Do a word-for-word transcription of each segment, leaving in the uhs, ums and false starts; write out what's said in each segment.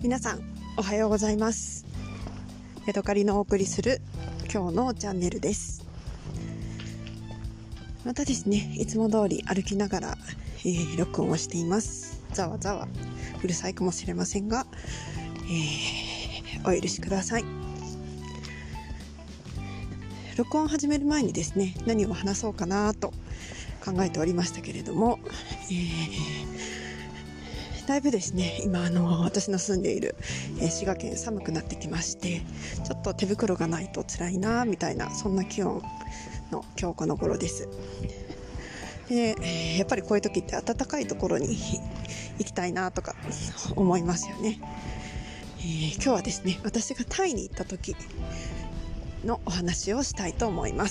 皆さんおはようございます。ヤドカリのお送りする今日のチャンネルです。またですね、いつも通り歩きながら、えー、録音をしています。ざわざわうるさいかもしれませんが、えー、お許しください。録音を始める前にですね、何を話そうかなと考えておりましたけれども、えーだいぶですね、今あの私の住んでいる、えー、滋賀県寒くなってきまして、ちょっと手袋がないと辛いなみたいな、そんな気温の今日この頃です。で、えー、やっぱりこういう時って暖かいところに行きたいなとか思いますよね。えー、今日はですね、私がタイに行った時のお話をしたいと思います。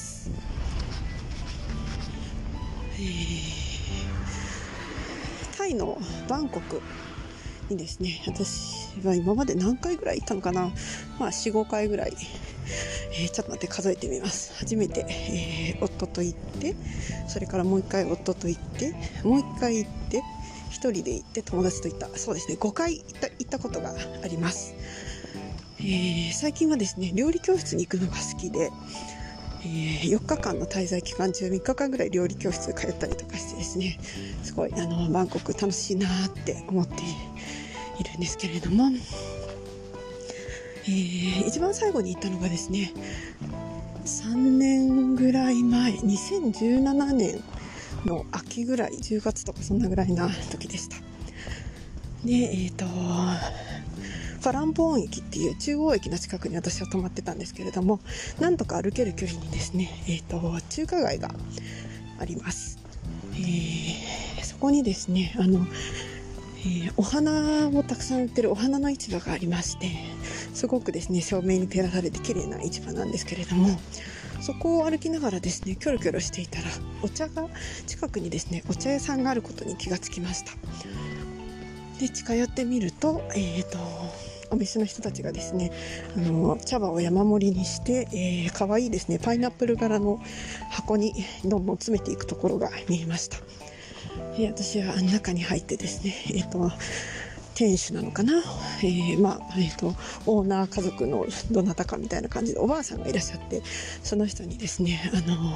えータイのバンコクにですね、私は今まで何回ぐらい行ったのかな、まあ よん、ごかいぐらい、えー、ちょっと待って数えてみます。初めて、えー、夫と行って、それからもう一回夫と行って、もう一回行って、一人で行って友達と行った、そうですね、ごかい行った、行ったことがあります。えー、最近はですね、料理教室に行くのが好きで、えー、よっかかんの滞在期間中みっかかんぐらい料理教室通ったりとかしてですね、すごいあのバンコク楽しいなって思っているんですけれども、えー、一番最後に行ったのがですね、さんねんぐらい前、にせんじゅうななねんの秋ぐらい、じゅうがつとかそんなぐらいな時でした。で、えーとファランポーン駅っていう中央駅の近くに私は泊まってたんですけれども、なんとか歩ける距離にですね、えーと、中華街があります。えー、そこにですね、あの、えー、お花をたくさん売ってるお花の市場がありまして、すごくですね、照明に照らされて綺麗な市場なんですけれども、そこを歩きながらですね、キョロキョロしていたら、お茶が近くにですね、お茶屋さんがあることに気がつきました。で、近寄ってみると、えーとお店の人たちがですね、あの茶葉を山盛りにして、えー、かわいいですね、パイナップル柄の箱にどんどん詰めていくところが見えました。で、私は中に入ってですね、えーと店主なのかな、えーまあえー、とオーナー家族のどなたかみたいな感じでおばあさんがいらっしゃって、その人にですね、あの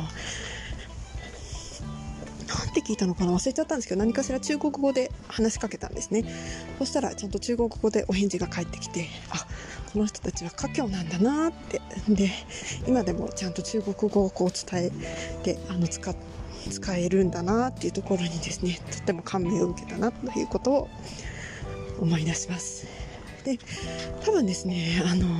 なんて聞いたのかな、忘れちゃったんですけど、何かしら中国語で話しかけたんですね。そしたらちゃんと中国語でお返事が返ってきて、あ、この人たちは華僑なんだなって。で、今でもちゃんと中国語をこう伝えてあの 使, 使えるんだなっていうところにですね、とっても感銘を受けたなということを思い出します。で、多分ですね、あの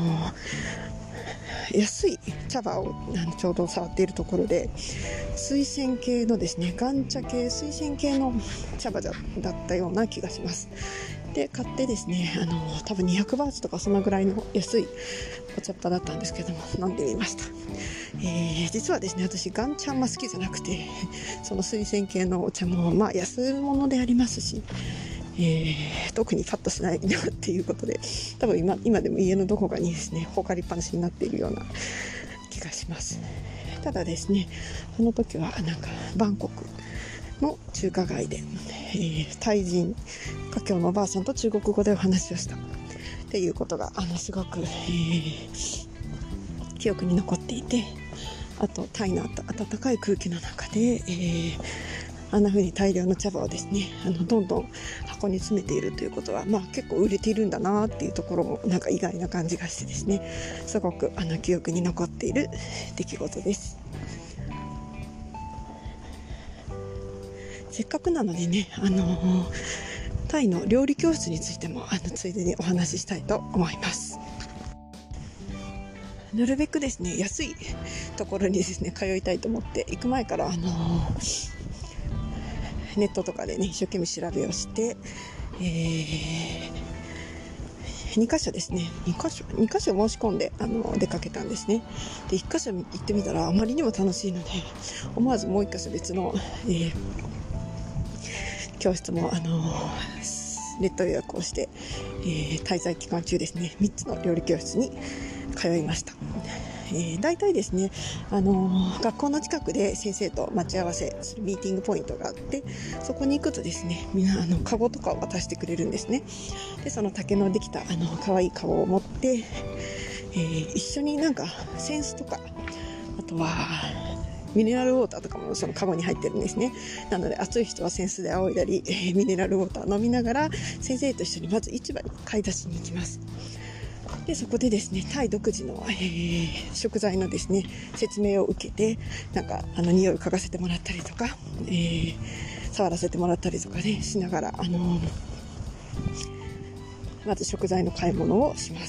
安い茶葉をちょうど触っているところで、水仙系のですね、岩茶系、水仙系の茶葉だったような気がします。で、買ってですね、あの多分にひゃくバーツとかそのぐらいの安いお茶っ葉だったんですけども、飲んでみました。えー、実はですね、私岩茶あんま好きじゃなくて、その水仙系のお茶もまあ安物でありますし、えー、特にパッとしないなっていうことで、多分 今, 今でも家のどこかにですね、放かりっぱなしになっているような気がします。ただですね、その時はなんかバンコクの中華街で、えー、タイ人華僑のおばあさんと中国語でお話をしたっていうことがあのすごく、えー、記憶に残っていて、あとタイの暖かい空気の中で、えーあんな風に大量の茶葉をですね、あのどんどん箱に詰めているということは、まあ、結構売れているんだなっていうところもなんか意外な感じがしてですね、すごくあの記憶に残っている出来事です。せっかくなのでね、あのタイの料理教室についてもあのついでにお話ししたいと思います。なるべくですね、安いところにですね通いたいと思って、行く前からあのネットとかでね一生懸命調べをして、えー、にかしょですね2か所2か所申し込んであの出かけたんですね。でいっかしょ行ってみたらあまりにも楽しいので、思わずもういっかしょ別の、えー、教室もあのネット予約をして、えー、滞在期間中ですねみっつの料理教室に通いました。 えー、大体ですね、あのー、学校の近くで先生と待ち合わせするミーティングポイントがあって、そこに行くとですね、みんなあのカゴとかを渡してくれるんですね。でその竹のできたあの可愛いカゴを持って、えー、一緒になんか扇子とか、あとはミネラルウォーターとかもそのカゴに入ってるんですね。なので暑い人は扇子で仰いだり、えー、ミネラルウォーター飲みながら先生と一緒にまず市場に買い出しに行きます。でそこでですね、タイ独自の、えー、食材のですね説明を受けて、なんかあの匂いを嗅がせてもらったりとか、えー、触らせてもらったりとかねしながら、あのー、まず食材の買い物をします。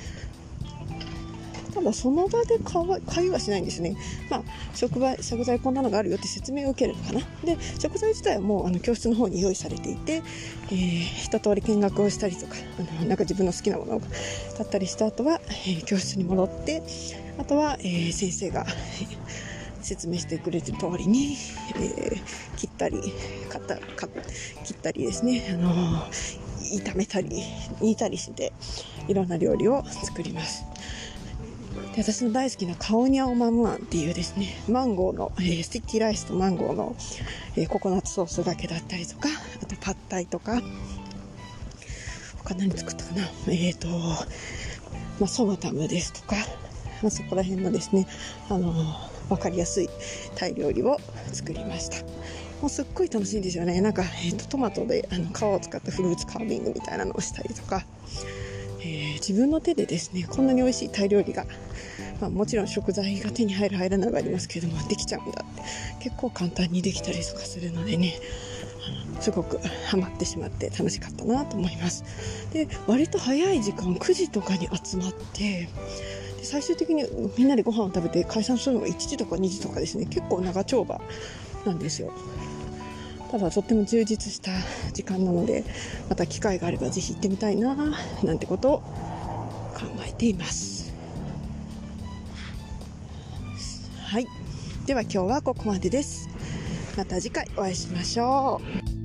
ただその場で買いはしないんですね。まあ、食材、食材こんなのがあるよって説明を受けるのかな。で食材自体はもうあの教室の方に用意されていて、えー、一通り見学をしたりとか、あのなんか自分の好きなものを買ったりした後は、えー、教室に戻って、あとは、えー、先生が説明してくれてる通りに、えー、切ったりかったか切ったりですね、あのー、炒めたり煮たりしていろんな料理を作ります。で私の大好きなカオニャオマムアンっていうですね、マンゴーの、えー、スティッキーライスとマンゴーの、えー、ココナッツソースだけだったりとか、あとパッタイとか、他何作ったかな、えーと、まあ、ソムタムですとか、まあ、そこら辺のですね、あのー、分かりやすいタイ料理を作りました。もうすっごい楽しいんですよね。なんか、えーと、トマトであの皮を使ったフルーツカービングみたいなのをしたりとか、えー、自分の手でですね、こんなに美味しいタイ料理が、まあ、もちろん食材が手に入る入らないがありますけれどもできちゃうんだって、結構簡単にできたりとかするのでね、あのすごくハマってしまって楽しかったなと思います。で割と早い時間くじとかに集まって、で最終的にみんなでご飯を食べて解散するのがいちじとかにじとかですね、結構長丁場なんですよ。ただとっても充実した時間なので、また機会があればぜひ行ってみたいななんてことを考えています。はい、では今日はここまでです。また次回お会いしましょう。